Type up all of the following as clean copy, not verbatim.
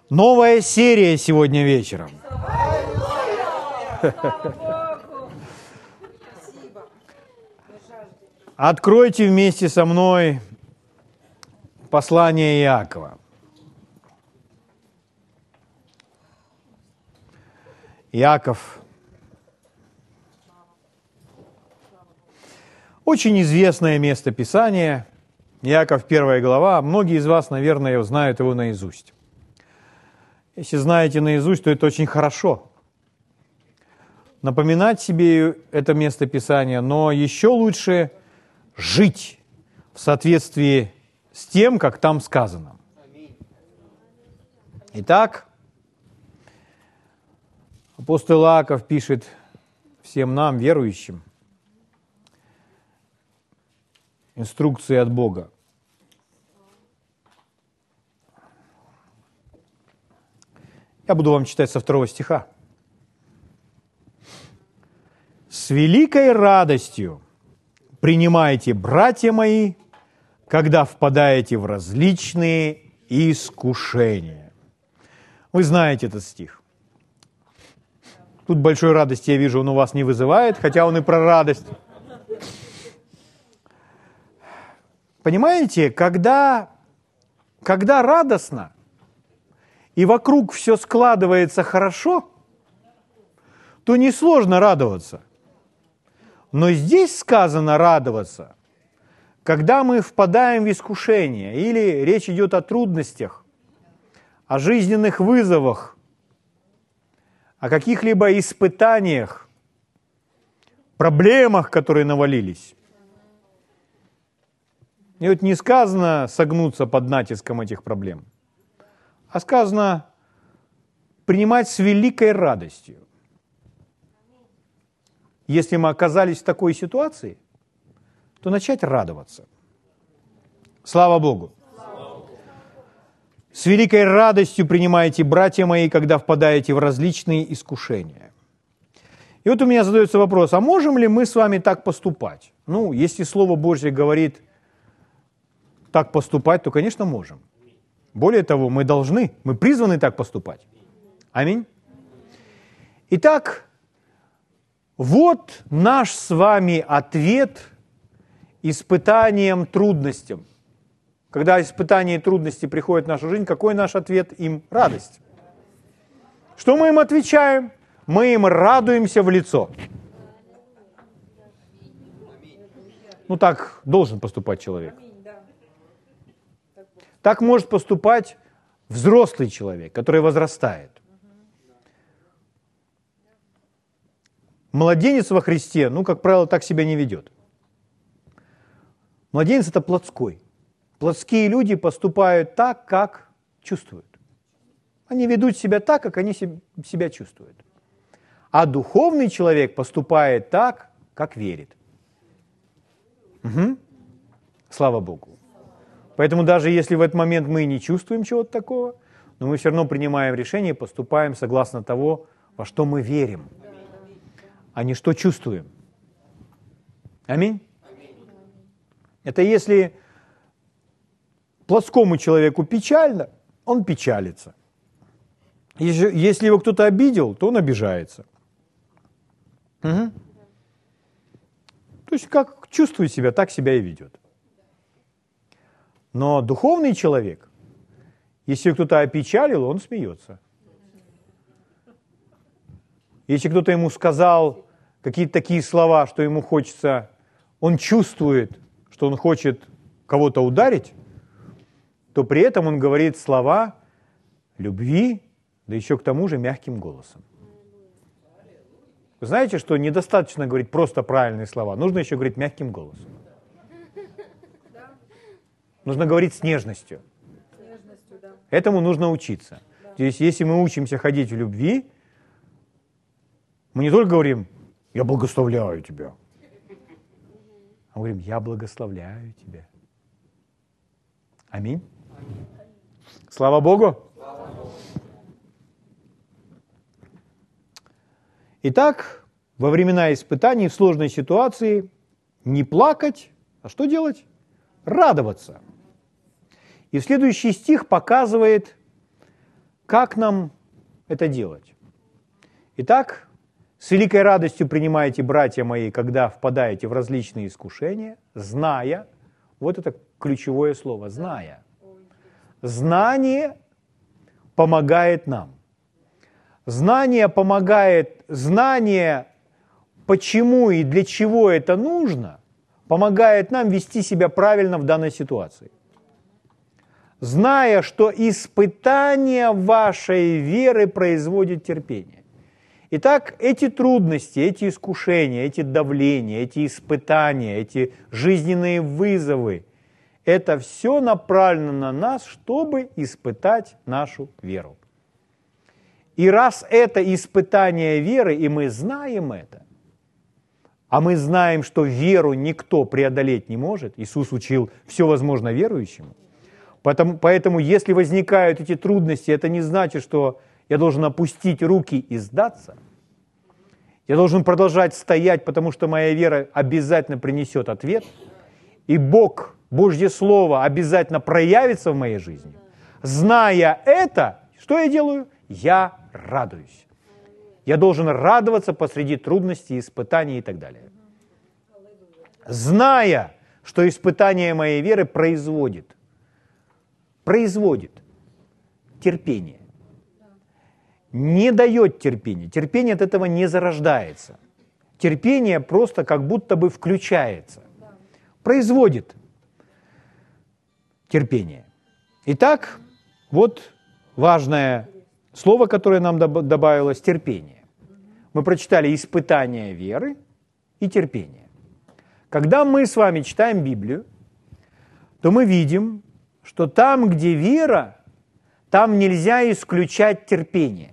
Новая серия сегодня вечером. Откройте вместе со мной послание Иакова. Иаков. Очень известное место Писания. Иаков, 1 глава. Многие из вас, наверное, знают его наизусть. Если знаете наизусть, то это очень хорошо. Напоминать себе это место Писания, но еще лучше жить в соответствии с тем, как там сказано. Итак, апостол Иаков пишет всем нам, верующим, инструкции от Бога. Я буду вам читать со 2 стиха. «С великой радостью принимайте, братья мои, когда впадаете в различные искушения». Вы знаете этот стих. Тут большой радости, я вижу, он у вас не вызывает, хотя он и про радость. Понимаете, когда радостно, и вокруг все складывается хорошо, то несложно радоваться. Но здесь сказано радоваться, когда мы впадаем в искушение, или речь идет о трудностях, о жизненных вызовах, о каких-либо испытаниях, проблемах, которые навалились. И вот не сказано согнуться под натиском этих проблем, а сказано принимать с великой радостью. Если мы оказались в такой ситуации, то начать радоваться. Слава Богу! С великой радостью принимайте, братья мои, когда впадаете в различные искушения. И вот у меня задается вопрос, а можем ли мы с вами так поступать? Ну, если Слово Божье говорит так поступать, то, конечно, можем. Более того, мы призваны так поступать. Аминь. Итак, вот наш с вами ответ испытаниям, трудностям. Когда испытания и трудности приходят в нашу жизнь, какой наш ответ им? Радость. Что мы им отвечаем? Мы им радуемся в лицо. Ну так должен поступать человек. Так может поступать взрослый человек, который возрастает. Младенец во Христе, как правило, так себя не ведет. Младенец – это плотской. Плотские люди поступают так, как чувствуют. Они ведут себя так, как они себя чувствуют. А духовный человек поступает так, как верит. Угу. Слава Богу. Поэтому даже если в этот момент мы не чувствуем чего-то такого, но мы все равно принимаем решение и поступаем согласно того, во что мы верим, а не что чувствуем. Аминь? Это если плотскому человеку печально, он печалится. Если его кто-то обидел, то он обижается. Угу. То есть как чувствует себя, так себя и ведет. Но духовный человек, если кто-то опечалил, он смеется. Если кто-то ему сказал какие-то такие слова, что ему хочется, он чувствует, что он хочет кого-то ударить, то при этом он говорит слова любви, да еще к тому же мягким голосом. Вы знаете, что недостаточно говорить просто правильные слова, нужно еще говорить мягким голосом. Нужно говорить с нежностью. Этому нужно учиться. То есть, если мы учимся ходить в любви, мы не только говорим «я благословляю тебя», а мы говорим «я благословляю тебя». Аминь. Слава Богу. Итак, во времена испытаний, в сложной ситуации не плакать, а что делать? Радоваться. И следующий стих показывает как нам это делать? Итак, с великой радостью принимайте, братья мои, когда впадаете в различные искушения, зная, вот это ключевое слово, зная. Знание помогает нам. Знание помогает, знание, почему и для чего это нужно, помогает нам вести себя правильно в данной ситуации. Зная, что испытание вашей веры производит терпение. Итак, эти трудности, эти искушения, эти давления, эти испытания, эти жизненные вызовы, это все направлено на нас, чтобы испытать нашу веру. И раз это испытание веры, и мы знаем это, а мы знаем, что веру никто преодолеть не может, Иисус учил все возможно верующему, поэтому если возникают эти трудности, это не значит, что я должен опустить руки и сдаться. Я должен продолжать стоять, потому что моя вера обязательно принесет ответ. И Бог, Божье Слово обязательно проявится в моей жизни. Зная это, что я делаю? Я радуюсь. Я должен радоваться посреди трудностей, испытаний и так далее. Зная, что испытание моей веры производит терпение. Не дает терпения. Терпение от этого не зарождается. Терпение просто как будто бы включается. Производит терпение. Итак, вот важное слово, которое нам добавилось, терпение. Мы прочитали испытание веры и терпение. Когда мы с вами читаем Библию, то мы видим, что там, где вера, там нельзя исключать терпение.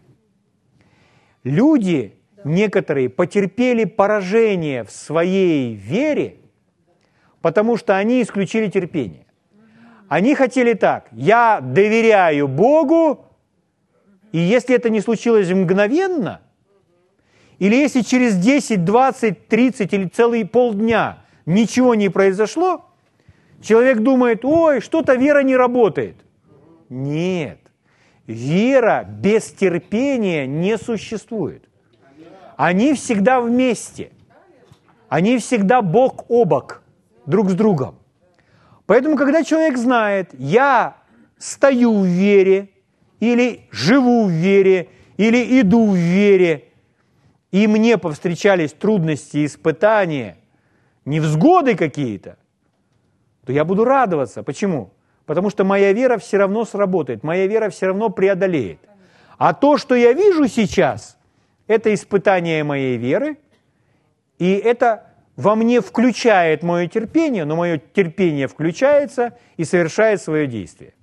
Люди, некоторые, потерпели поражение в своей вере, потому что они исключили терпение. Они хотели так: я доверяю Богу, и если это не случилось мгновенно, или если через 10, 20, 30 или целый полдня ничего не произошло, человек думает: ой, что-то вера не работает. Нет. Вера без терпения не существует. Они всегда вместе. Они всегда бок о бок друг с другом. Поэтому, когда человек знает: я стою в вере, или живу в вере, или иду в вере, и мне повстречались трудности, испытания, невзгоды какие-то, то я буду радоваться. Почему? Потому что моя вера все равно сработает, моя вера все равно преодолеет. А то, что я вижу сейчас, это испытание моей веры, и это во мне включает мое терпение, но мое терпение включается и совершает свое действие.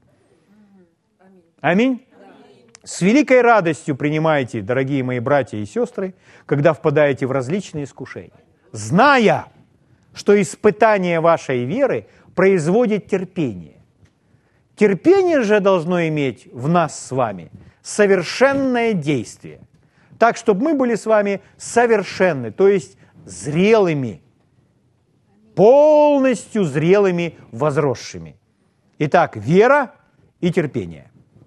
Аминь. С великой радостью принимайте, дорогие мои братья и сестры, когда впадаете в различные искушения, зная, что испытание вашей веры производит терпение. Терпение же должно иметь в нас с вами совершенное действие, так, чтобы мы были с вами совершенны, то есть зрелыми, полностью зрелыми, возросшими. Итак, вера и терпение.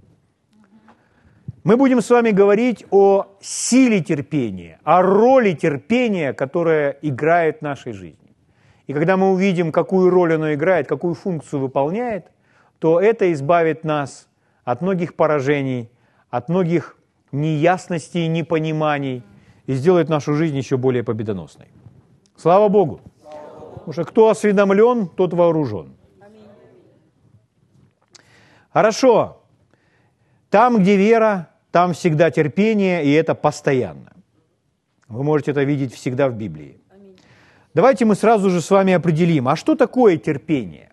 Мы будем с вами говорить о силе терпения, о роли терпения, которая играет в нашей жизни. И когда мы увидим, какую роль оно играет, какую функцию выполняет, то это избавит нас от многих поражений, от многих неясностей, непониманий и сделает нашу жизнь еще более победоносной. Слава Богу! Потому что кто осведомлен, тот вооружен. Хорошо. Там, где вера, там всегда терпение, и это постоянно. Вы можете это видеть всегда в Библии. Давайте мы сразу же с вами определим, а что такое терпение?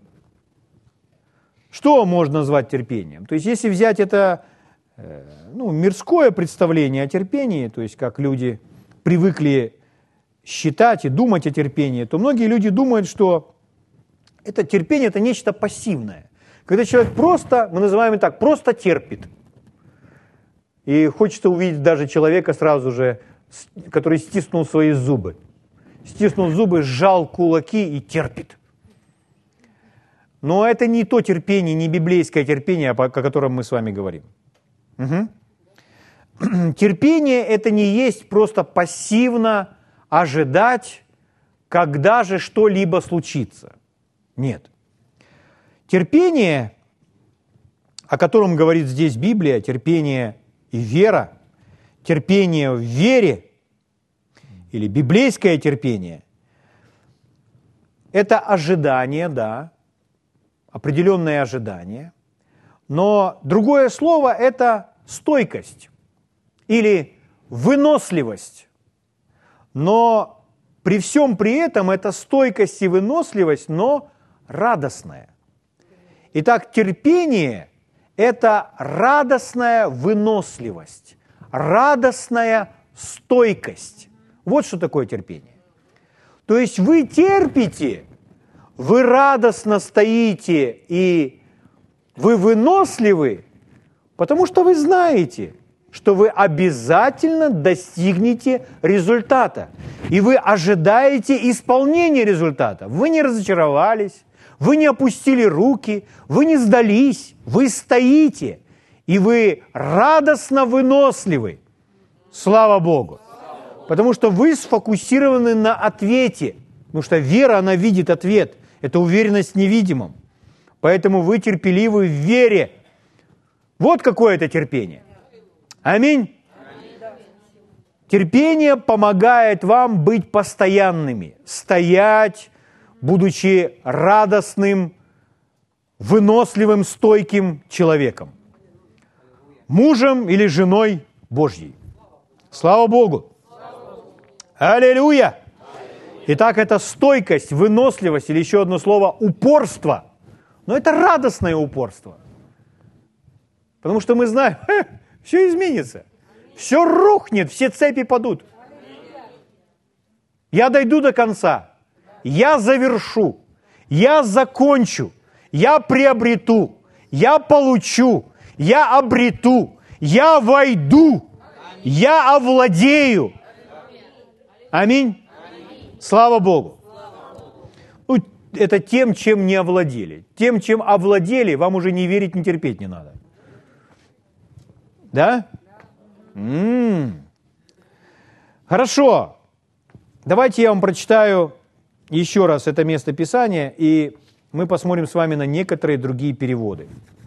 Что можно назвать терпением? То есть, если взять это мирское представление о терпении, то есть, как люди привыкли считать и думать о терпении, то многие люди думают, что это терпение – это нечто пассивное. Когда человек просто, мы называем это так, просто терпит. И хочется увидеть даже человека сразу же, который стиснул свои зубы. Стиснул зубы, сжал кулаки и терпит. Но это не то терпение, не библейское терпение, о котором мы с вами говорим. Угу. терпение – это не есть просто пассивно ожидать, когда же что-либо случится. Нет. Терпение, о котором говорит здесь Библия, терпение и вера, терпение в вере или библейское терпение – это ожидание, да, определенное ожидание, но другое слово – это стойкость или выносливость. Но при всем при этом это стойкость и выносливость, но радостная. Итак, терпение – это радостная выносливость, радостная стойкость. Вот что такое терпение. То есть вы терпите, вы радостно стоите и вы выносливы, потому что вы знаете, что вы обязательно достигнете результата. И вы ожидаете исполнения результата. Вы не разочаровались, вы не опустили руки, вы не сдались, вы стоите, и вы радостно выносливы. Слава Богу! Потому что вы сфокусированы на ответе. Потому что вера, она видит ответ. Это уверенность в невидимом. Поэтому вы терпеливы в вере. Вот какое это терпение. Аминь. Терпение помогает вам быть постоянными, стоять, будучи радостным, выносливым, стойким человеком. Мужем или женой Божьей. Слава Богу! Аллилуйя! Итак, это стойкость, выносливость, или еще одно слово – упорство. Но это радостное упорство. Потому что мы знаем, все изменится. Все рухнет, все цепи падут. Я дойду до конца. Я завершу. Я закончу. Я приобрету. Я получу. Я обрету. Я войду. Я овладею. Аминь. Слава Богу. Ну, это тем, чем не овладели. Тем, чем овладели, вам уже не верить, не терпеть не надо. Да? Хорошо. Давайте я вам прочитаю еще раз это место Писания, и мы посмотрим с вами на некоторые другие переводы.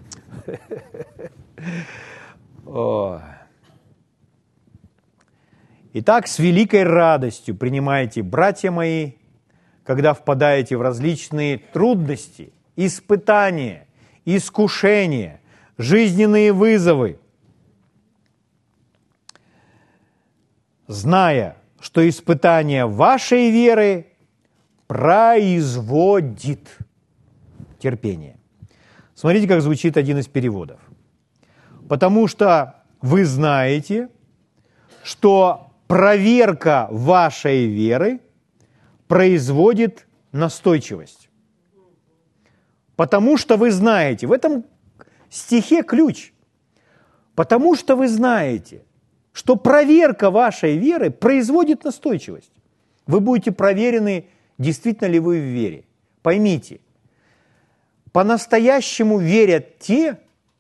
Итак, с великой радостью принимайте, братья мои, когда впадаете в различные трудности, испытания, искушения, жизненные вызовы, зная, что испытание вашей веры производит терпение. Смотрите, как звучит один из переводов. Потому что вы знаете, что проверка вашей веры производит настойчивость. Потому что вы знаете, в этом стихе ключ. Потому что вы знаете, что проверка вашей веры производит настойчивость. Вы будете проверены, действительно ли вы в вере. Поймите, по-настоящему верят те,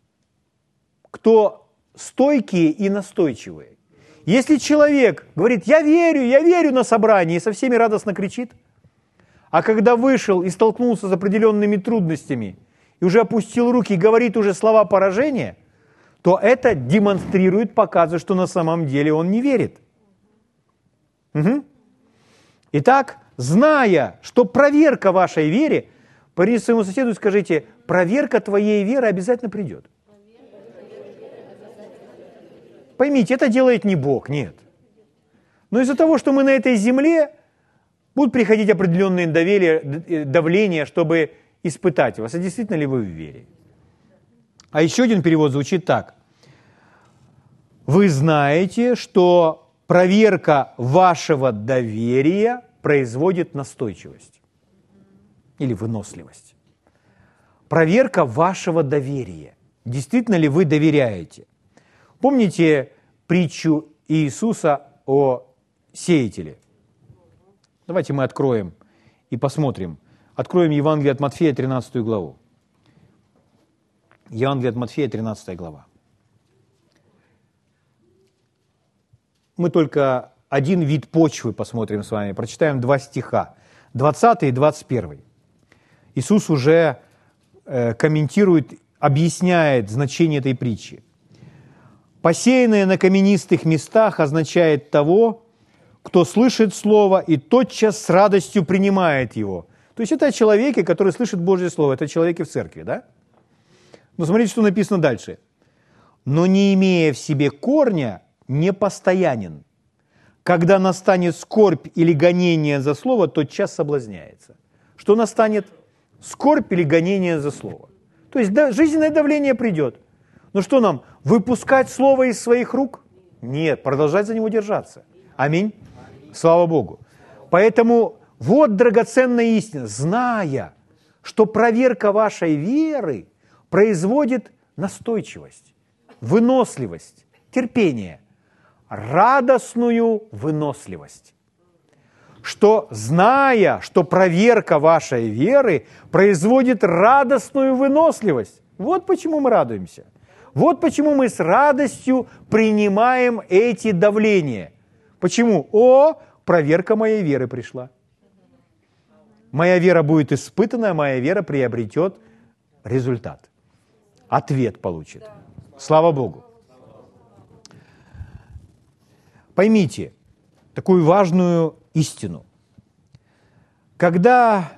кто стойкие и настойчивые. Если человек говорит, я верю на собрании, и со всеми радостно кричит, а когда вышел и столкнулся с определенными трудностями, и уже опустил руки и говорит уже слова поражения, то это демонстрирует, показывает, что на самом деле он не верит. Угу. Итак, зная, что проверка вашей веры, поверните своему соседу и скажите, проверка твоей веры обязательно придет. Поймите, это делает не Бог, нет. Но из-за того, что мы на этой земле, будут приходить определенные давления, чтобы испытать вас, а действительно ли вы в вере. А еще один перевод звучит так. Вы знаете, что проверка вашего доверия производит настойчивость или выносливость. Проверка вашего доверия. Действительно ли вы доверяете? Помните притчу Иисуса о сеятеле? Давайте мы откроем и посмотрим. Откроем Евангелие от Матфея, 13 главу. Евангелие от Матфея, 13 глава. мы только один вид почвы посмотрим с вами, прочитаем 2 стиха, 20 и 21. Иисус уже комментирует, объясняет значение этой притчи. «Посеянное на каменистых местах» означает того, кто слышит Слово и тотчас с радостью принимает его. То есть это человеки, которые слышат Божье Слово, это человеки в церкви, да? Но смотрите, что написано дальше. «Но не имея в себе корня, непостоянен. Когда настанет скорбь или гонение за Слово, тотчас соблазняется». Что настанет? Скорбь или гонение за Слово. То есть жизненное давление придет. Но что нам, выпускать Слово из своих рук? Нет, продолжать за него держаться. Аминь. Слава Богу. Поэтому вот драгоценная истина. Зная, что проверка вашей веры производит настойчивость, выносливость, терпение, радостную выносливость. Что, зная, что проверка вашей веры производит радостную выносливость. Вот почему мы радуемся. Вот почему мы с радостью принимаем эти давления. Почему? О, проверка моей веры пришла. Моя вера будет испытана, моя вера приобретет результат. Ответ получит. Слава Богу. Поймите такую важную истину. Когда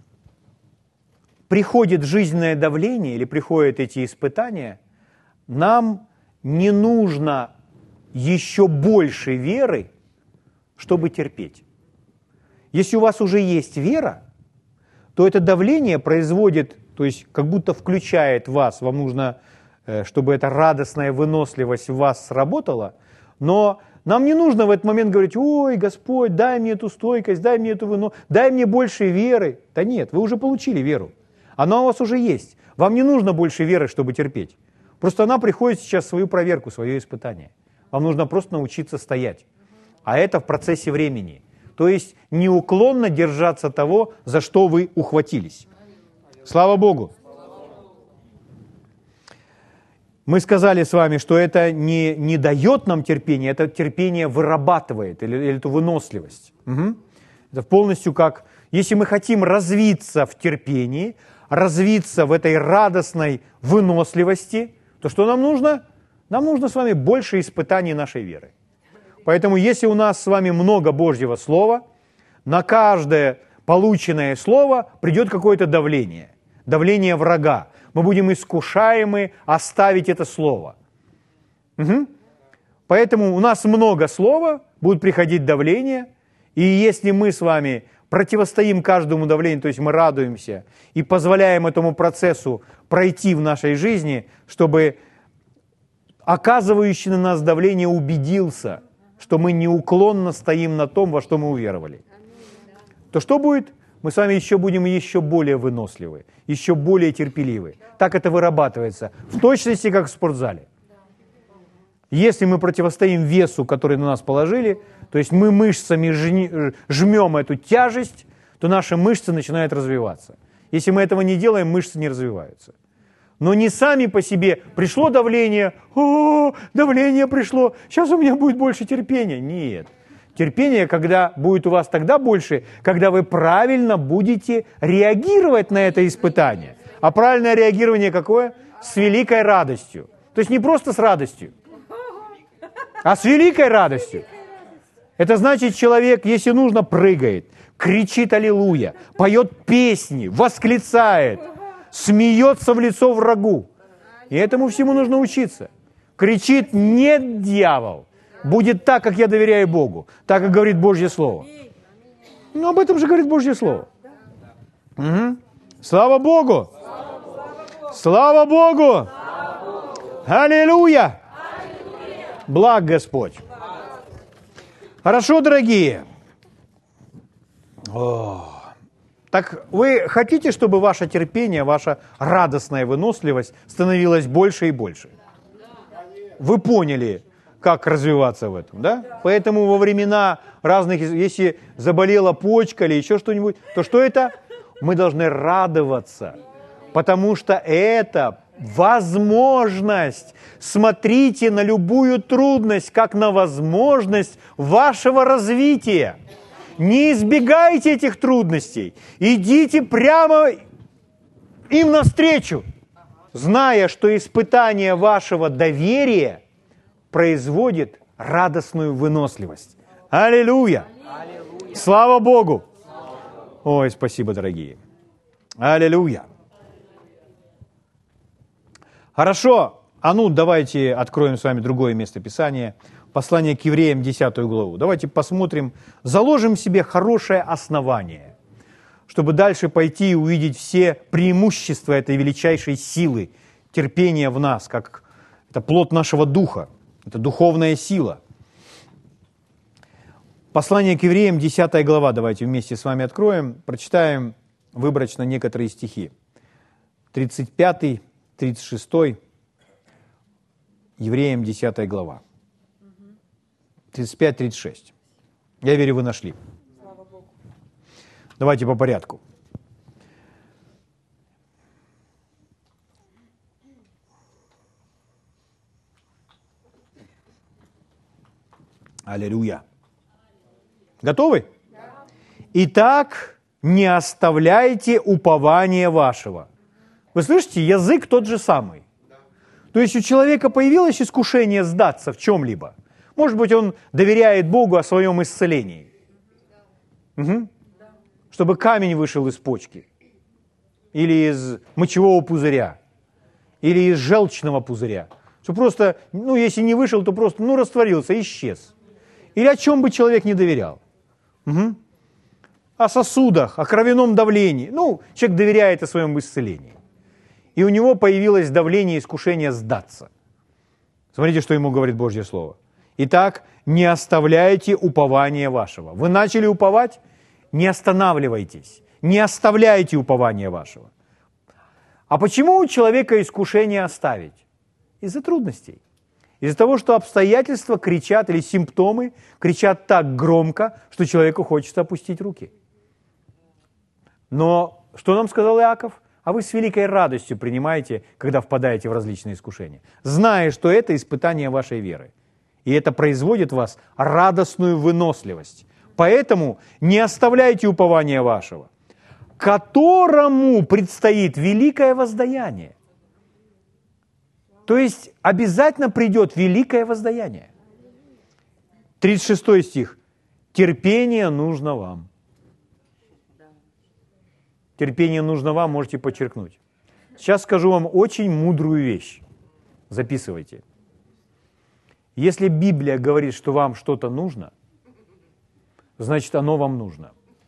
приходит жизненное давление или приходят эти испытания, нам не нужно еще больше веры, чтобы терпеть. Если у вас уже есть вера, то это давление производит, то есть как будто включает вас, вам нужно, чтобы эта радостная выносливость в вас сработала, но нам не нужно в этот момент говорить: ой, Господь, дай мне эту стойкость, дай мне эту выносливость, дай мне больше веры. Да нет, вы уже получили веру. Она у вас уже есть. Вам не нужно больше веры, чтобы терпеть. Просто она приходит сейчас в свою проверку, свое испытание. Вам нужно просто научиться стоять. А это в процессе времени. То есть неуклонно держаться того, за что вы ухватились. Слава Богу. Мы сказали с вами, что это не дает нам терпения, это терпение вырабатывает, или эту выносливость. Угу. Это полностью как, если мы хотим развиться в терпении, развиться в этой радостной выносливости, то что нам нужно? Нам нужно с вами больше испытаний нашей веры. Поэтому если у нас с вами много Божьего Слова, на каждое полученное слово придет какое-то давление, давление врага. Мы будем искушаемы оставить это слово. Угу. Поэтому у нас много слова, будет приходить давление, и если мы с вами противостоим каждому давлению, то есть мы радуемся и позволяем этому процессу пройти в нашей жизни, чтобы оказывающий на нас давление убедился, что мы неуклонно стоим на том, во что мы уверовали, то что будет? Мы с вами будем еще более выносливы, еще более терпеливы. Так это вырабатывается, в точности, как в спортзале. Если мы противостоим весу, который на нас положили, то есть мы мышцами жмем эту тяжесть, то наши мышцы начинают развиваться. Если мы этого не делаем, мышцы не развиваются. Но не сами по себе пришло давление, давление пришло, сейчас у меня будет больше терпения. Нет. Терпение, когда будет у вас тогда больше, когда вы правильно будете реагировать на это испытание. А правильное реагирование какое? С великой радостью. То есть не просто с радостью, а с великой радостью. Это значит, человек, если нужно, прыгает, кричит аллилуйя, поет песни, восклицает, смеется в лицо врагу. И этому всему нужно учиться. Кричит: нет, дьявол, будет так, как я доверяю Богу, так, как говорит Божье Слово. Ну, об этом же говорит Божье Слово. Угу. Слава Богу! Слава Богу! Аллилуйя! Благ Господь! Хорошо, дорогие. Так вы хотите, чтобы ваше терпение, ваша радостная выносливость становилась больше и больше? Вы поняли, как развиваться в этом, да? Поэтому во времена разных, если заболела почка или еще что-нибудь, то что это? Мы должны радоваться, потому что это Возможность. Смотрите на любую трудность, как на возможность вашего развития. Не избегайте этих трудностей. Идите прямо им навстречу, зная, что испытание вашего доверия производит радостную выносливость. Аллилуйя! Слава Богу! Ой, спасибо, дорогие. Аллилуйя! Хорошо, давайте откроем с вами другое место Писания. Послание к евреям, 10 главу. Давайте посмотрим, заложим себе хорошее основание, чтобы дальше пойти и увидеть все преимущества этой величайшей силы, терпения в нас, как это плод нашего духа, это духовная сила. Послание к евреям, 10 глава, давайте вместе с вами откроем, прочитаем выборочно некоторые стихи. 35, 36, евреям, 10 глава. 35-36. Я верю, вы нашли. Слава Богу. Давайте по порядку. Аллилуйя. Готовы? Да. Итак, не оставляйте упования вашего. Вы слышите, язык тот же самый. Да. То есть у человека появилось искушение сдаться в чем-либо. Может быть, он доверяет Богу о своем исцелении. Угу. Чтобы камень вышел из почки. Или из мочевого пузыря. Или из желчного пузыря. Что просто, если не вышел, то просто, растворился, исчез. Или о чем бы человек не доверял. Угу. О сосудах, о кровяном давлении. Человек доверяет о своем исцелении. И у него появилось давление, искушение сдаться. Смотрите, что ему говорит Божье Слово. Итак, не оставляйте упования вашего. Вы начали уповать? Не останавливайтесь. Не оставляйте упования вашего. А почему у человека искушение оставить? Из-за трудностей. Из-за того, что обстоятельства кричат, или симптомы кричат так громко, что человеку хочется опустить руки. Но что нам сказал Иаков? А вы с великой радостью принимаете, когда впадаете в различные искушения, зная, что это испытание вашей веры. И это производит в вас радостную выносливость. Поэтому не оставляйте упования вашего, которому предстоит великое воздаяние. То есть обязательно придет великое воздаяние. 36 стих. Терпение нужно вам. Терпение нужно вам, можете подчеркнуть. Сейчас скажу вам очень мудрую вещь. Записывайте. Если Библия говорит, что вам что-то нужно, значит, оно вам нужно.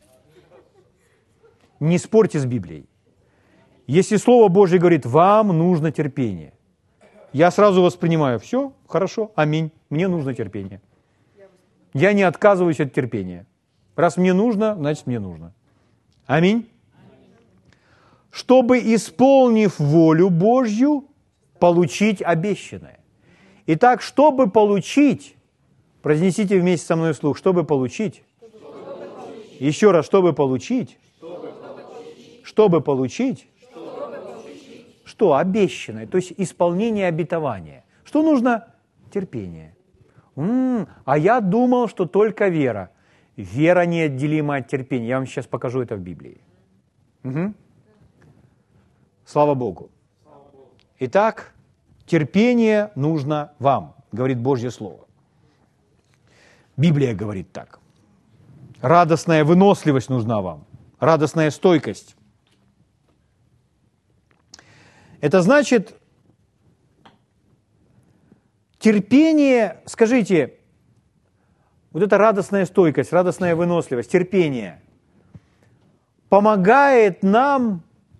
Не спорьте с Библией. Если Слово Божье говорит, вам нужно терпение, я сразу воспринимаю, все, хорошо, аминь, мне нужно терпение. Я не отказываюсь от терпения. Раз мне нужно, значит, мне нужно. Аминь. Чтобы, исполнив волю Божью, получить обещанное. Итак, чтобы получить, произнесите вместе со мной вслух, чтобы получить. Еще раз, чтобы получить. Чтобы получить. Что? Обещанное, то есть исполнение обетования. Что нужно? Терпение. А я думал, что только вера. Вера неотделима от терпения. Я вам сейчас покажу это в Библии. Угу. Слава Богу. Итак, терпение нужно вам, говорит Божье Слово. Библия говорит так. Радостная выносливость нужна вам, радостная стойкость. Это значит, терпение, скажите, вот эта радостная стойкость, радостная выносливость, терпение помогает нам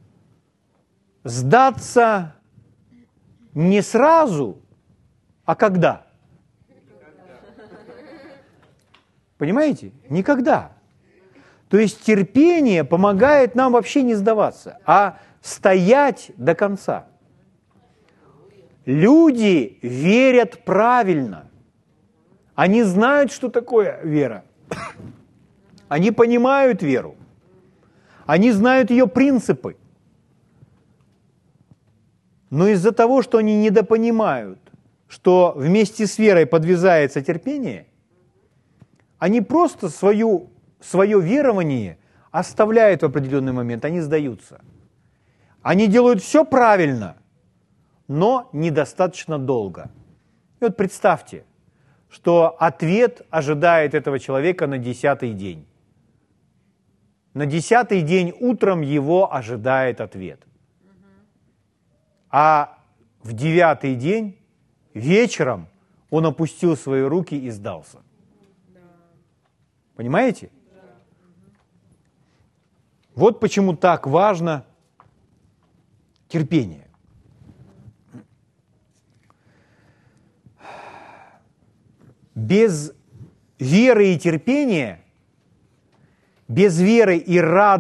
сдаться не сразу, а когда? Понимаете? Никогда. То есть терпение помогает нам вообще не сдаваться, а стоять до конца. Люди верят правильно. Они знают, что такое вера. Они понимают веру. Они знают ее принципы. Но из-за того, что они недопонимают, что вместе с верой подвязается терпение, они просто свое верование оставляют в определенный момент, они сдаются. Они делают все правильно, но недостаточно долго. И вот представьте, что ответ ожидает этого человека на 10-й день. На 10-й день утром его ожидает ответ. А в 9-й день вечером он опустил свои руки и сдался. Понимаете? Вот почему так важно терпение. Без веры и терпения, без веры и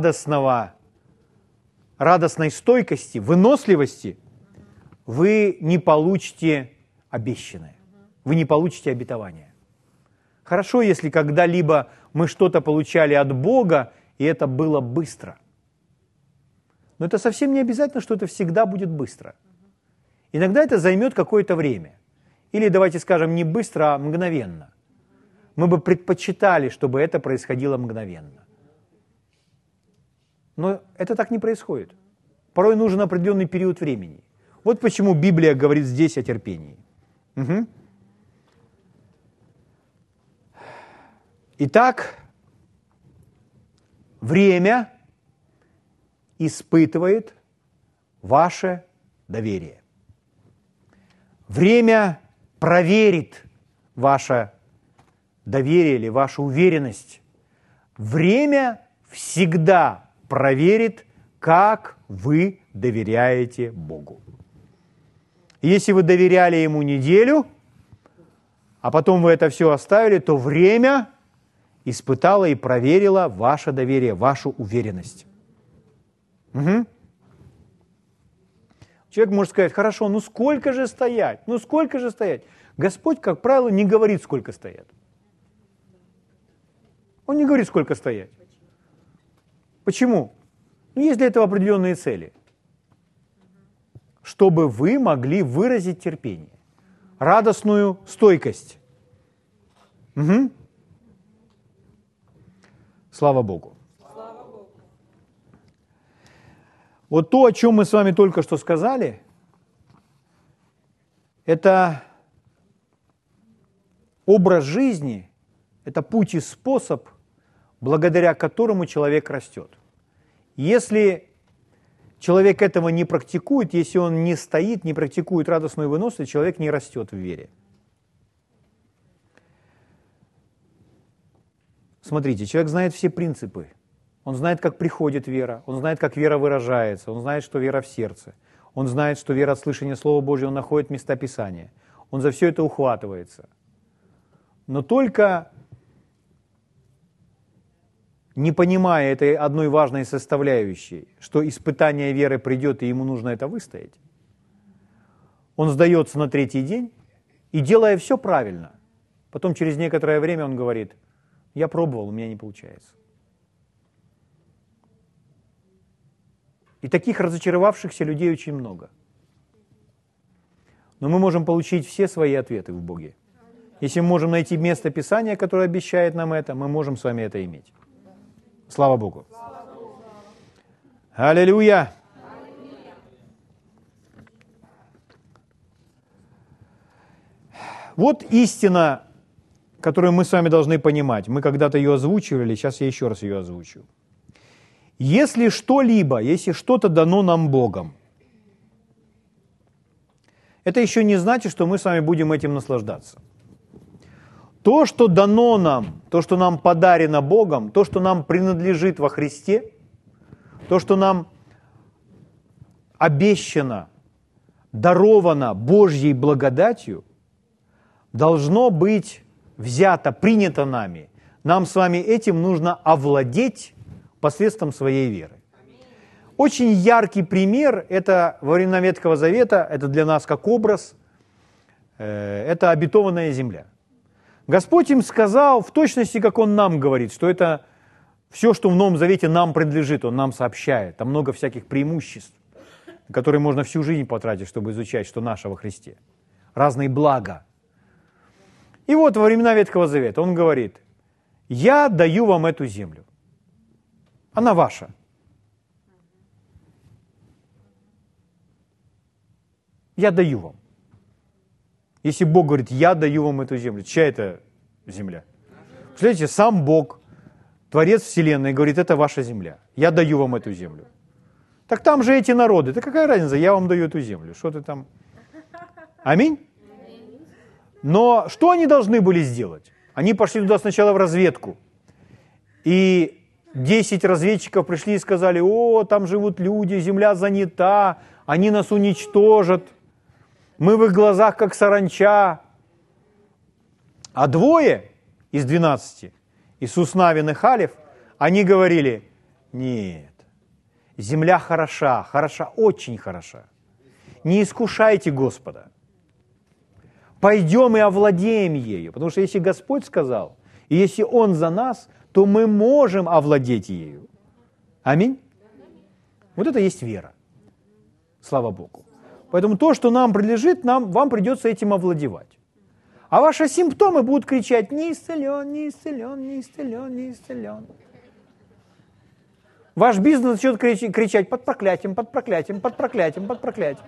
радостной стойкости, выносливости вы не получите обещанное, вы не получите обетование. Хорошо, если когда-либо мы что-то получали от Бога, и это было быстро. Но это совсем не обязательно, что это всегда будет быстро. Иногда это займет какое-то время. Или, давайте скажем, не быстро, а мгновенно. Мы бы предпочитали, чтобы это происходило мгновенно. Но это так не происходит. Порой нужен определенный период времени. Вот почему Библия говорит здесь о терпении. Угу. Итак, время испытывает ваше доверие. Время проверит ваше доверие или вашу уверенность. Время всегда проверит, как вы доверяете Богу. Если вы доверяли Ему неделю, а потом вы это все оставили, то время испытало и проверило ваше доверие, вашу уверенность. Угу. Человек может сказать: хорошо, ну сколько же стоять? Ну сколько же стоять? Господь, как правило, не говорит, сколько стоять. Он не говорит, сколько стоять. Почему? Ну, есть для этого определенные цели. Чтобы вы могли выразить терпение, радостную стойкость. Угу. Слава Богу. Вот то, о чем мы с вами только что сказали, это образ жизни, это путь и способ, благодаря которому человек растет. Если человек этого не практикует, если он не стоит, не практикует радостную выносливость, человек не растет в вере. Смотрите, человек знает все принципы. Он знает, как приходит вера, он знает, как вера выражается, он знает, что вера в сердце, он знает, что вера от слышания Слова Божьего, он находит места Писания. Он за все это ухватывается. Но только не понимая этой одной важной составляющей, что испытание веры придет, и ему нужно это выстоять, он сдается на 3-й день и, делая все правильно, потом через некоторое время он говорит: я пробовал, у меня не получается. И таких разочаровавшихся людей очень много. Но мы можем получить все свои ответы в Боге. Если мы можем найти место Писания, которое обещает нам это, мы можем с вами это иметь. Слава Богу. Аллилуйя. Вот истина, которую мы с вами должны понимать. Мы когда-то ее озвучивали, сейчас я еще раз ее озвучу. Если что-либо, если что-то дано нам Богом, это еще не значит, что мы с вами будем этим наслаждаться. То, что дано нам, то, что нам подарено Богом, то, что нам принадлежит во Христе, то, что нам обещано, даровано Божьей благодатью, должно быть взято, принято нами. Нам с вами этим нужно овладеть посредством своей веры. Очень яркий пример – это во времена Ветхого Завета, это для нас как образ, это обетованная земля. Господь им сказал в точности, как Он нам говорит, что это все, что в Новом Завете нам принадлежит, Он нам сообщает. Там много всяких преимуществ. который можно всю жизнь потратить, чтобы изучать, что наше во Христе. Разные блага. И вот во времена Ветхого Завета он говорит: «Я даю вам эту землю. Она ваша». Я даю вам. Если Бог говорит: «Я даю вам эту землю», чья это земля? Представляете, сам Бог, Творец Вселенной, говорит: «Это ваша земля. Я даю вам эту землю». Так там же эти народы. Да какая разница, я вам даю эту землю. Что ты там? Аминь? Но что они должны были сделать? Они пошли туда сначала в разведку. И 10 разведчиков пришли и сказали: «О, там живут люди, земля занята, они нас уничтожат. Мы в их глазах как саранча». А 2 из 12, Иисус, Навин и Халев, они говорили: «Нет, земля хороша, хороша, очень хороша. Не искушайте Господа. Пойдем и овладеем ею». Потому что если Господь сказал, и если Он за нас, то мы можем овладеть ею. Аминь? Вот это есть вера. Слава Богу. Поэтому то, что нам принадлежит, вам придется этим овладевать. А ваши симптомы будут кричать: «Не исцелен, не исцелен, не исцелен, не исцелен». Ваш бизнес начнет кричать: «Под проклятием, под проклятием, под проклятием, под проклятием».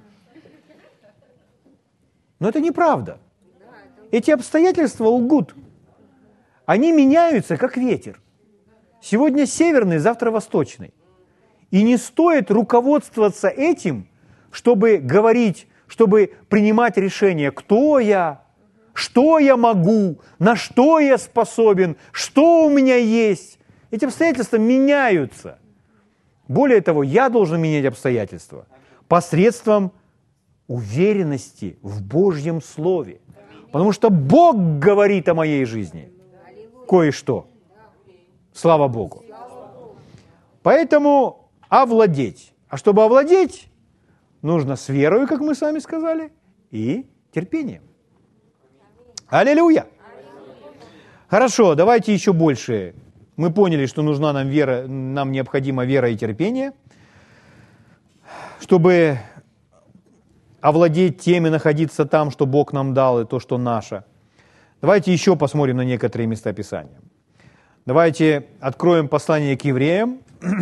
Но это неправда. Эти обстоятельства лгут. Они меняются, как ветер. Сегодня северный, завтра восточный. И не стоит руководствоваться этим, чтобы говорить, чтобы принимать решение, кто я, что я могу, на что я способен, что у меня есть. Эти обстоятельства меняются. Более того, я должен менять обстоятельства посредством уверенности в Божьем Слове. Потому что Бог говорит о моей жизни кое-что. Слава Богу. Поэтому овладеть. А чтобы овладеть, нужно с верою, как мы с вами сказали, и терпением. Аллилуйя! Хорошо, давайте еще больше. Мы поняли, что нужна нам вера, нам необходима вера и терпение, чтобы овладеть тем и находиться там, что Бог нам дал, и то, что наше. Давайте еще посмотрим на некоторые места Писания. Давайте откроем послание к евреям,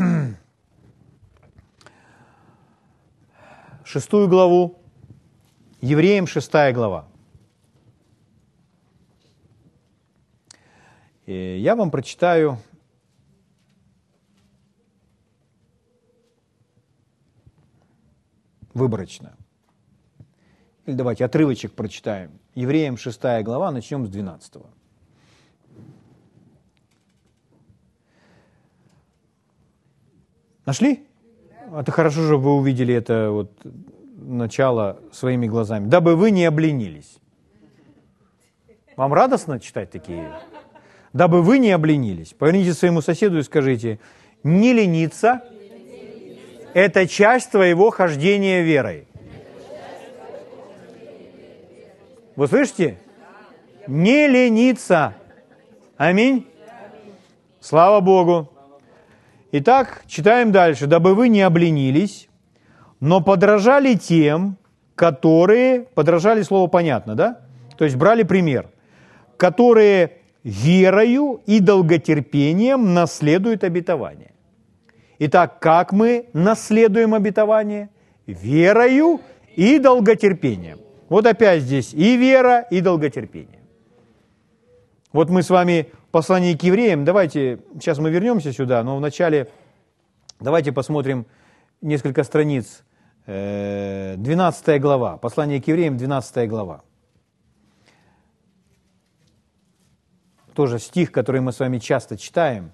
6 главу, евреям 6 глава. И я вам прочитаю выборочно. Или давайте отрывочек прочитаем. Евреям 6 глава, начнем с 12. Нашли? Это хорошо, что вы увидели это вот начало своими глазами. Дабы вы не обленились. Вам радостно читать такие? Дабы вы не обленились. Повернитесь к своему соседу и скажите: не лениться – это часть твоего хождения верой. Вы слышите? Не лениться. Аминь. Слава Богу. Итак, читаем дальше. «Дабы вы не обленились, но подражали тем, которые...» Подражали, слово понятно, да? То есть брали пример. «Которые верою и долготерпением наследуют обетование». Итак, как мы наследуем обетование? Верою и долготерпением. Вот опять здесь и вера, и долготерпение. Вот мы с вами в послании к евреям, давайте, сейчас мы вернемся сюда, но вначале давайте посмотрим несколько страниц. 12 глава, послание к евреям, 12 глава. Тоже стих, который мы с вами часто читаем.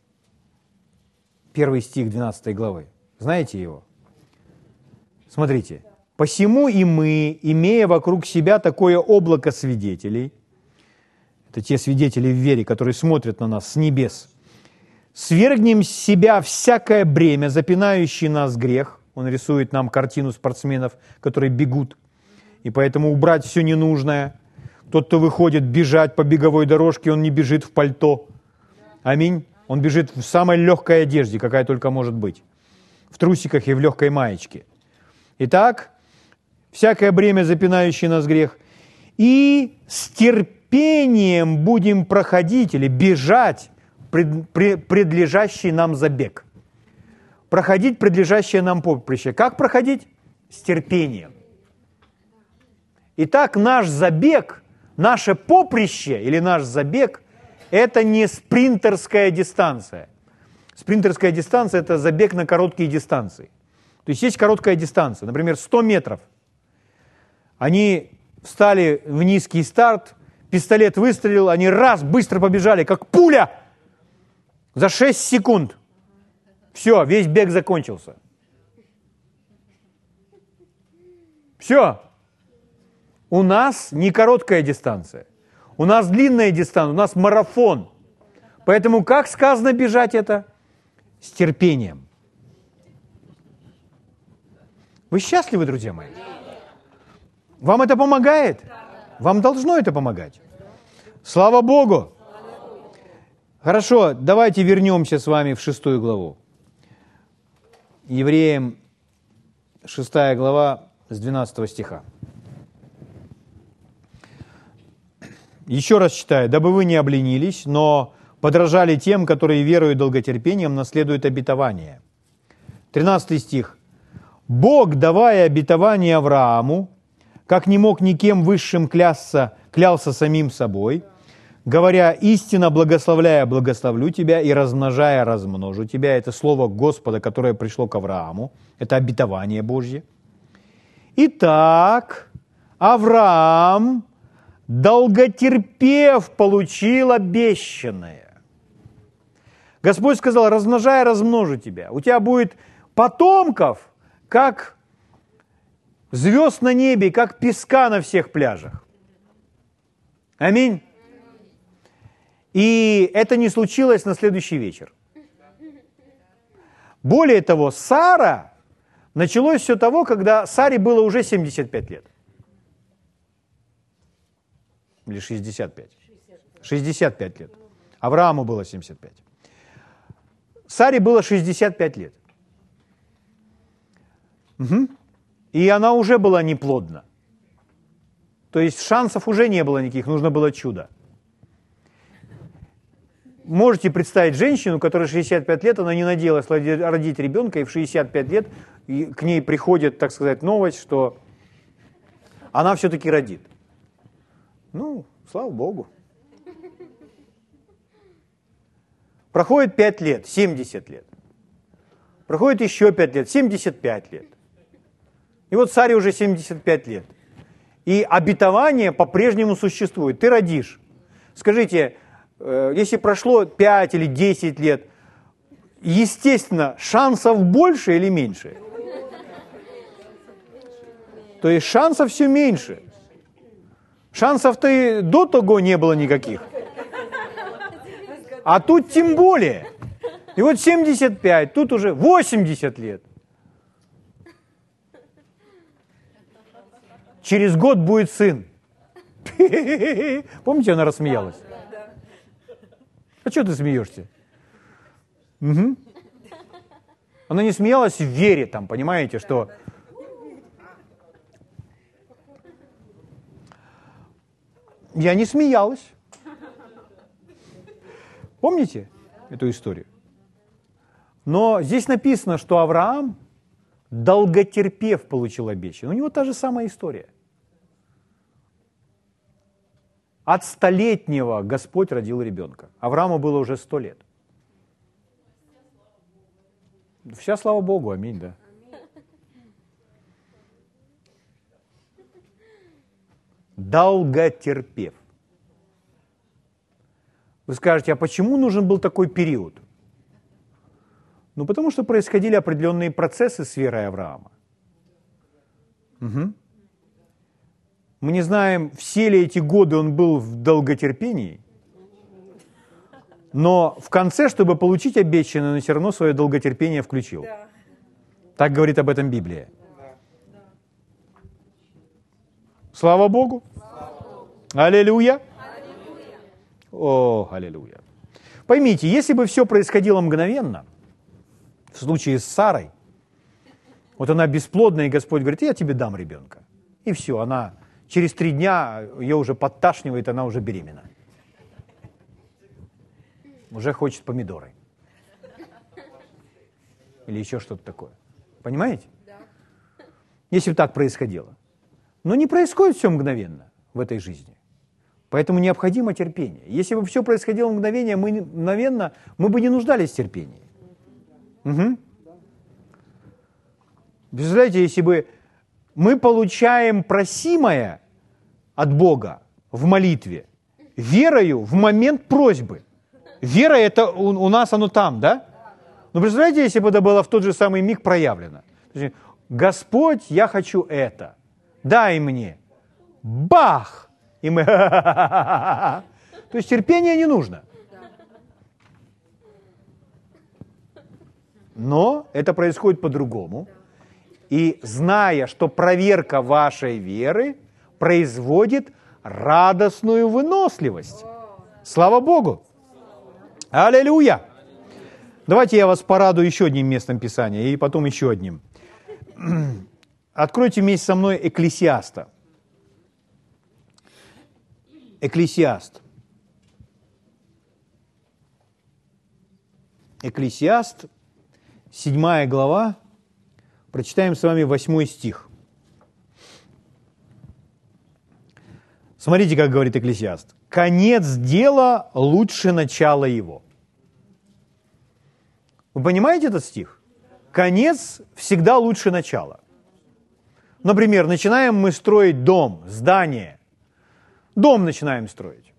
Первый стих 12 главы. Знаете его? Смотрите. «Посему и мы, имея вокруг себя такое облако свидетелей», это те свидетели в вере, которые смотрят на нас с небес, «свергнем с себя всякое бремя, запинающее нас грех». Он рисует нам картину спортсменов, которые бегут, и поэтому убрать все ненужное. Тот, кто выходит бежать по беговой дорожке, он не бежит в пальто. Аминь. Он бежит в самой легкой одежде, какая только может быть. В трусиках и в легкой маечке. Итак, всякое бремя, запинающее нас грех, и с терпением будем проходить или бежать предлежащий нам забег. Проходить предлежащее нам поприще. Как проходить? С терпением. Итак, наш забег, наше поприще или наш забег – это не спринтерская дистанция. Спринтерская дистанция – это забег на короткие дистанции. То есть короткая дистанция, например, 100 метров. Они встали в низкий старт, пистолет выстрелил, они раз, быстро побежали, как пуля, за 6 секунд. Все, весь бег закончился. Все. У нас не короткая дистанция. У нас длинная дистанция, у нас марафон. Поэтому как сказано бежать это? С терпением. Вы счастливы, друзья мои? Вам это помогает? Вам должно это помогать. Слава Богу! Хорошо, давайте вернемся с вами в 6 главу. Евреям 6 глава с 12 стиха. Еще раз читаю. «Дабы вы не обленились, но подражали тем, которые верою и долготерпением наследуют обетование». 13 стих. «Бог, давая обетование Аврааму, как не мог никем высшим клясться, клялся самим собой, говоря, истинно благословляя, благословлю тебя, и размножая, размножу тебя». Это слово Господа, которое пришло к Аврааму. Это обетование Божье. Итак, Авраам, долготерпев, получил обещанное. Господь сказал, размножая, размножу тебя. У тебя будет потомков, как звезд на небе, как песка на всех пляжах. Аминь. И это не случилось на следующий вечер. Более того, Сара, началось все того, когда Саре было уже 75 лет. Или 65? 65 лет. Аврааму было 75. Саре было 65 лет. Угу. И она уже была неплодна. То есть шансов уже не было никаких, нужно было чудо. Можете представить женщину, которая 65 лет, она не надеялась родить ребенка, и в 65 лет к ней приходит, так сказать, новость, что она все-таки родит. Ну, слава Богу. Проходит 5 лет, 70 лет. Проходит еще 5 лет, 75 лет. И вот Саре уже 75 лет. И обетование по-прежнему существует. Ты родишь. Скажите, если прошло 5 или 10 лет, естественно, шансов больше или меньше? То есть шансов все меньше. Шансов-то и до того не было никаких. А тут тем более. И вот 75, тут уже 80 лет. Через год будет сын. Помните, она рассмеялась? А что ты смеешься? Угу. Она не смеялась в вере, там, понимаете, что... Я не смеялась. Помните эту историю? Но здесь написано, что Авраам, долготерпев, получил обещанное. У него та же самая история. От 100-летнего Господь родил ребенка. Аврааму было уже 100 лет. Вся слава Богу, аминь, да. Долготерпев. Вы скажете, а почему нужен был такой период? Ну, потому что происходили определенные процессы с верой Авраама. Угу. Мы не знаем, все ли эти годы он был в долготерпении, но в конце, чтобы получить обещанное, он все равно свое долготерпение включил. Да. Так говорит об этом Библия. Да. Слава Богу! Аллилуйя! О, аллилуйя! Поймите, если бы все происходило мгновенно, в случае с Сарой, Вот она бесплодная, и Господь говорит, я тебе дам ребенка. И все, она через 3 дня, ее уже подташнивает, она уже беременна. Уже хочет помидоры. Или еще что-то такое. Понимаете? Да. Если бы так происходило. Но не происходит все мгновенно в этой жизни. Поэтому необходимо терпение. Если бы все происходило мгновенно, мы бы не нуждались в терпении. Угу. Представляете, если бы мы получаем просимое от Бога в молитве верою в момент просьбы. Вера это у нас оно там, да? Но представляете, если бы это было в тот же самый миг проявлено. Господь, я хочу это. Дай мне. Бах! И мы... То есть терпения не нужно. Но это происходит по-другому. И зная, что проверка вашей веры производит радостную выносливость. Слава Богу! Аллилуйя! Давайте я вас порадую еще одним местом Писания и потом еще одним. Откройте вместе со мной Экклесиаста. Экклесиаст. Экклесиаст, 7 глава. Прочитаем с вами 8 стих. Смотрите, как говорит Экклесиаст. «Конец дела лучше начала его». Вы понимаете этот стих? Конец всегда лучше начала. Например, начинаем мы строить дом, здание. Дом начинаем строить.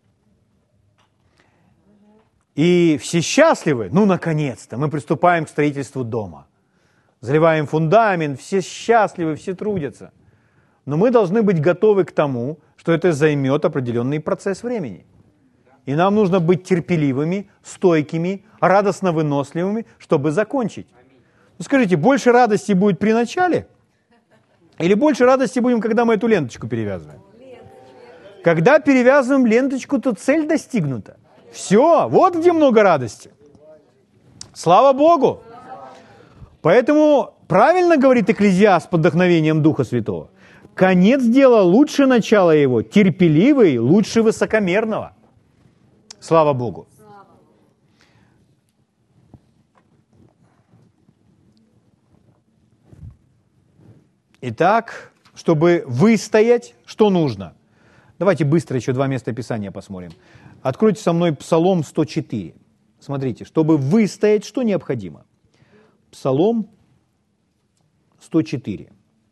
И все счастливы, ну, наконец-то, мы приступаем к строительству дома. Заливаем фундамент, все счастливы, все трудятся. Но мы должны быть готовы к тому, что это займет определенный процесс времени. И нам нужно быть терпеливыми, стойкими, радостно выносливыми, чтобы закончить. Ну, скажите, больше радости будет при начале? Или больше радости будем, когда мы эту ленточку перевязываем? Когда перевязываем ленточку, то цель достигнута. Все, вот где много радости. Слава Богу! Поэтому правильно говорит Экклезиаст под вдохновением Духа Святого. Конец дела лучше начала его, терпеливый лучше высокомерного. Слава Богу! Итак, чтобы выстоять, что нужно? Давайте быстро еще 2 места Писания посмотрим. Откройте со мной Псалом 104. Смотрите, чтобы выстоять, что необходимо? Псалом 104.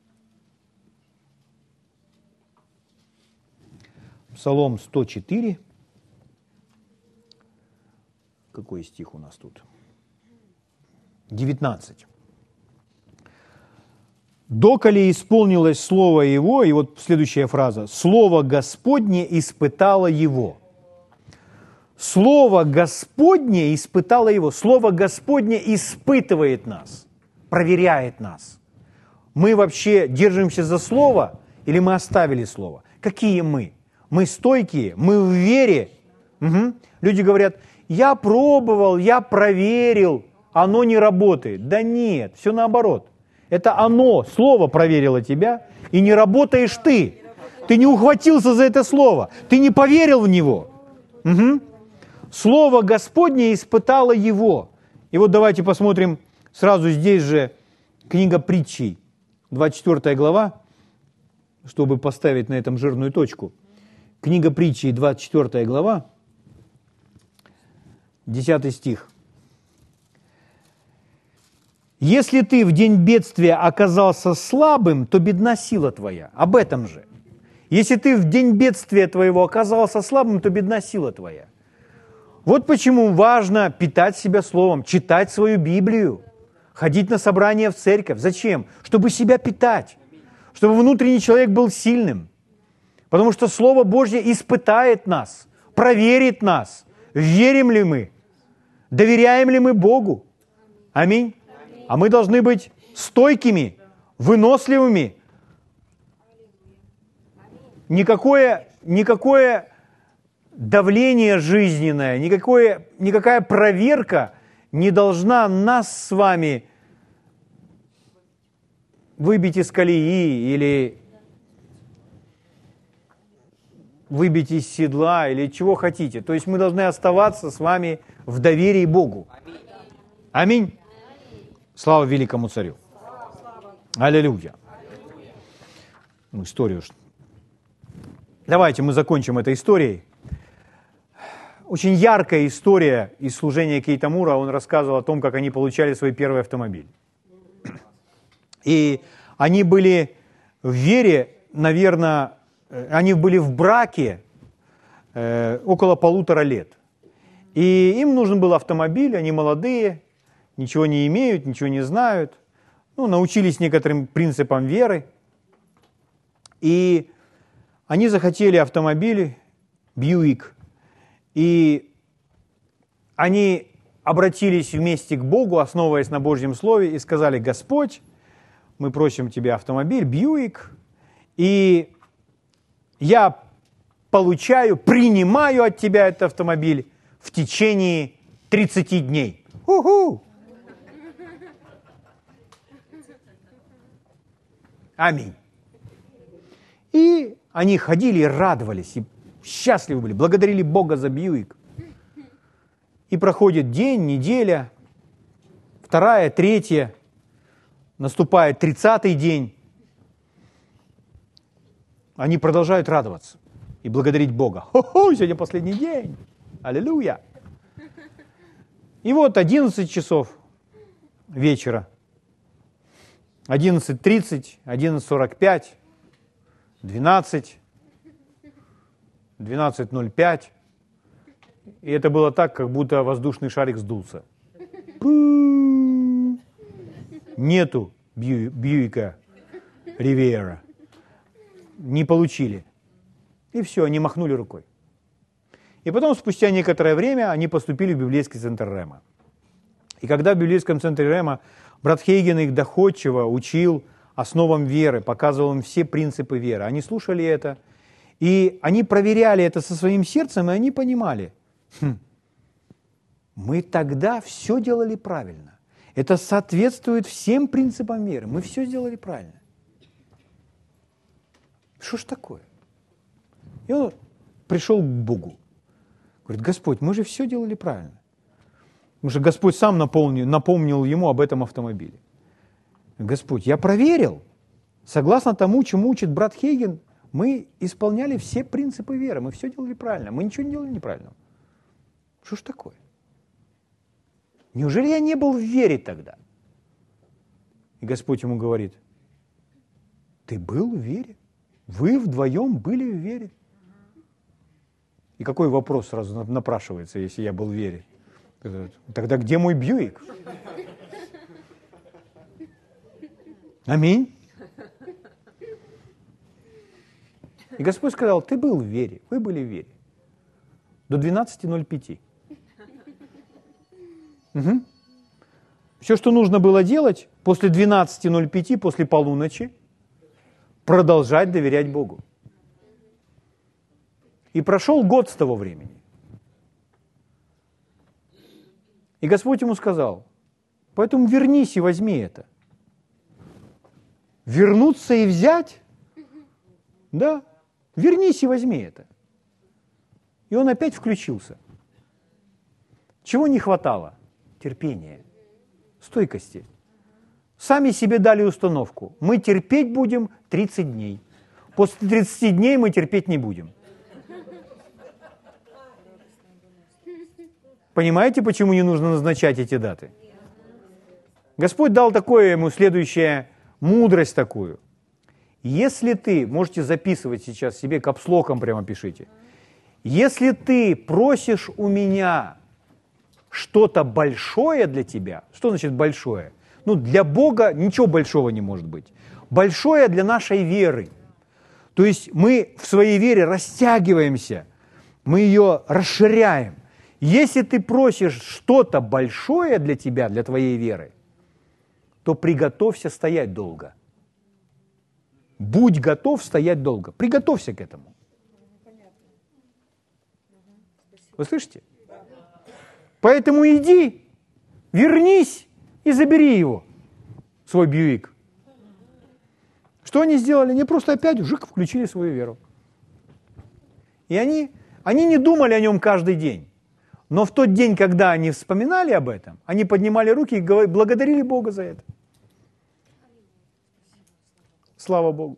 Псалом 104. Какой стих у нас тут? 19. «Доколе исполнилось слово его», и вот следующая фраза, «слово Господне испытало его». Слово Господне испытало его. Слово Господне испытывает нас, проверяет нас. Мы вообще держимся за слово или мы оставили слово? Какие мы? Мы стойкие, мы в вере. Угу. Люди говорят, я пробовал, я проверил, оно не работает. Да нет, все наоборот. Это оно, слово проверило тебя, и не работаешь ты. Ты не ухватился за это слово, ты не поверил в него. Угу. Слово Господне испытало его. И вот давайте посмотрим сразу здесь же книга Притчей, 24 глава, чтобы поставить на этом жирную точку. Книга Притчей, 24 глава, 10 стих. «Если ты в день бедствия оказался слабым, то бедна сила твоя». Об этом же. «Если ты в день бедствия твоего оказался слабым, то бедна сила твоя». Вот почему важно питать себя словом, читать свою Библию, ходить на собрания в церковь. Зачем? Чтобы себя питать, чтобы внутренний человек был сильным. Потому что Слово Божье испытает нас, проверит нас, верим ли мы, доверяем ли мы Богу. Аминь. А мы должны быть стойкими, выносливыми. Никакое давление жизненное, никакая проверка не должна нас с вами выбить из колеи или выбить из седла или чего хотите. То есть мы должны оставаться с вами в доверии Богу. Аминь. Слава великому царю. Аллилуйя. Ну, историю. Давайте мы закончим этой историей. Очень яркая история из служения Кейта Мура. Он рассказывал о том, как они получали свой первый автомобиль. И они были в вере, наверное, они были в браке около 1,5 лет. И им нужен был автомобиль, они молодые, ничего не имеют, ничего не знают. Ну, научились некоторым принципам веры. И они захотели автомобиль Бьюик. И они обратились вместе к Богу, основываясь на Божьем Слове, и сказали: Господь, мы просим Тебя автомобиль Бьюик, и я принимаю от Тебя этот автомобиль в течение 30 дней. У-ху! Аминь. И они ходили и радовались, и счастливы были, благодарили Бога за Бьюик. И проходит день, неделя, 2, 3, наступает 30-й день. Они продолжают радоваться и благодарить Бога. Хо-хо, сегодня последний день. Аллилуйя. И вот 11 часов вечера. 11:30, 11:45, 12, 12:05. И это было так, как будто воздушный шарик сдулся. Нету Бьюика Ривьера. Не получили. И все, они махнули рукой. И потом, спустя некоторое время, они поступили в библейский центр Рема. И когда в библейском центре Рема брат Хейген их доходчиво учил основам веры, показывал им все принципы веры. Они слушали это, и они проверяли это со своим сердцем, и они понимали, мы тогда все делали правильно. Это соответствует всем принципам веры. Мы все сделали правильно. Что ж такое? И он пришел к Богу. Говорит: Господь, мы же все делали правильно. Потому что Господь сам напомнил ему об этом автомобиле. Господь, я проверил. Согласно тому, чему учит брат Хейген, мы исполняли все принципы веры. Мы все делали правильно. Мы ничего не делали неправильно. Что ж такое? Неужели я не был в вере тогда? И Господь ему говорит: ты был в вере? Вы вдвоем были в вере? И какой вопрос сразу напрашивается, если я был в вере? Тогда где мой Бьюик? Аминь. И Господь сказал: ты был в вере, вы были в вере. До 12:05. Угу. Все, что нужно было делать после 12:05, после полуночи, продолжать доверять Богу. И прошел год с того времени. И Господь ему сказал: поэтому вернись и возьми это. Вернуться и взять? Да, вернись и возьми это. И он опять включился. Чего не хватало? Терпения, стойкости. Сами себе дали установку. Мы терпеть будем 30 дней. После 30 дней мы терпеть не будем. Понимаете, почему не нужно назначать эти даты? Господь дал такое ему следующее, мудрость такую. Если ты, можете записывать сейчас себе, капслоком прямо пишите. Если ты просишь у меня что-то большое для тебя, что значит большое? Ну, для Бога ничего большого не может быть. Большое для нашей веры. То есть мы в своей вере растягиваемся, мы ее расширяем. Если ты просишь что-то большое для тебя, для твоей веры, то приготовься стоять долго. Будь готов стоять долго. Приготовься к этому. Вы слышите? Поэтому иди, вернись и забери его, свой Бьюик. Что они сделали? Они просто опять включили свою веру. И они не думали о нем каждый день. Но в тот день, когда они вспоминали об этом, они поднимали руки и благодарили Бога за это. Слава Богу.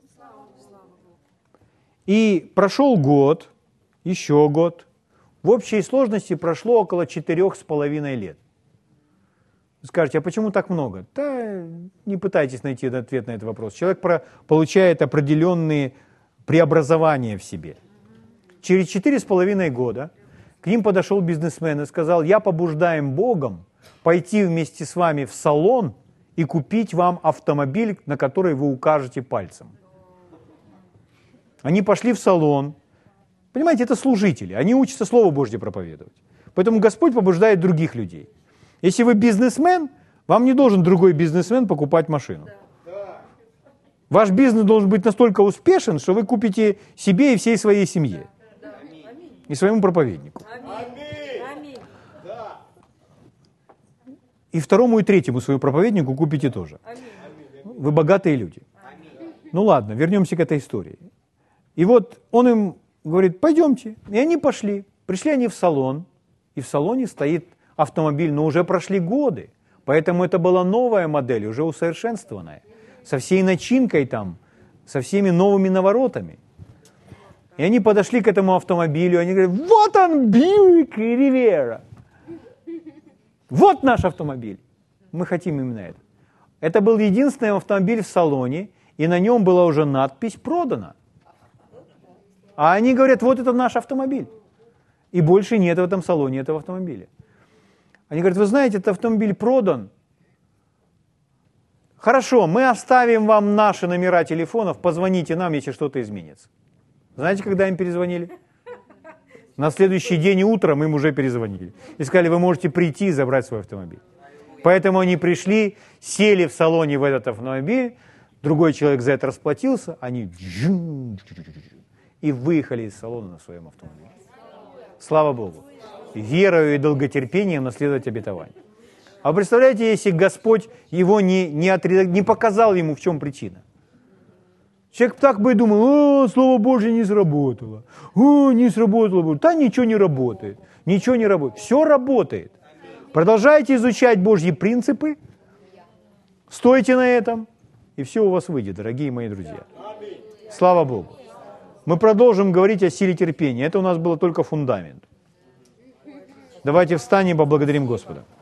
И прошел год, еще год. В общей сложности прошло около 4,5 лет. Вы скажете, а почему так много? Да не пытайтесь найти ответ на этот вопрос. Человек получает определенные преобразования в себе. Через 4,5 года к ним подошел бизнесмен и сказал, я побуждаем Богом пойти вместе с вами в салон и купить вам автомобиль, на который вы укажете пальцем. Они пошли в салон. Понимаете, это служители, они учатся Слово Божье проповедовать. Поэтому Господь побуждает других людей. Если вы бизнесмен, вам не должен другой бизнесмен покупать машину. Ваш бизнес должен быть настолько успешен, что вы купите себе и всей своей семье. И своему проповеднику. И второму, и третьему своему проповеднику купите тоже. Вы богатые люди. Ну ладно, вернемся к этой истории. И вот он им говорит, пойдемте. И они пошли. Пришли они в салон, и в салоне стоит автомобиль, но уже прошли годы. Поэтому это была новая модель, уже усовершенствованная. Со всей начинкой там, со всеми новыми наворотами. И они подошли к этому автомобилю, они говорят, вот он, Бьюик Ривера. Вот наш автомобиль. Мы хотим именно это. Это был единственный автомобиль в салоне, и на нем была уже надпись «Продано». А они говорят, вот это наш автомобиль. И больше нет в этом салоне этого автомобиля. Они говорят, вы знаете, этот автомобиль продан. Хорошо, мы оставим вам наши номера телефонов, позвоните нам, если что-то изменится. Знаете, когда им перезвонили? На следующий день утром им уже перезвонили. И сказали, вы можете прийти и забрать свой автомобиль. Поэтому они пришли, сели в салоне в этот автомобиль, другой человек за это расплатился, они и выехали из салона на своем автомобиле. Слава Богу. Верою и долготерпением наследовать обетование. А представляете, если Господь его не показал ему, в чем причина? Человек так бы и думал, Слово Божье не сработало. Не сработало. Да ничего не работает. Ничего не работает. Все работает. Продолжайте изучать Божьи принципы. Стойте на этом. И все у вас выйдет, дорогие мои друзья. Слава Богу. Мы продолжим говорить о силе терпения. Это у нас было только фундамент. Давайте встанем и поблагодарим Господа.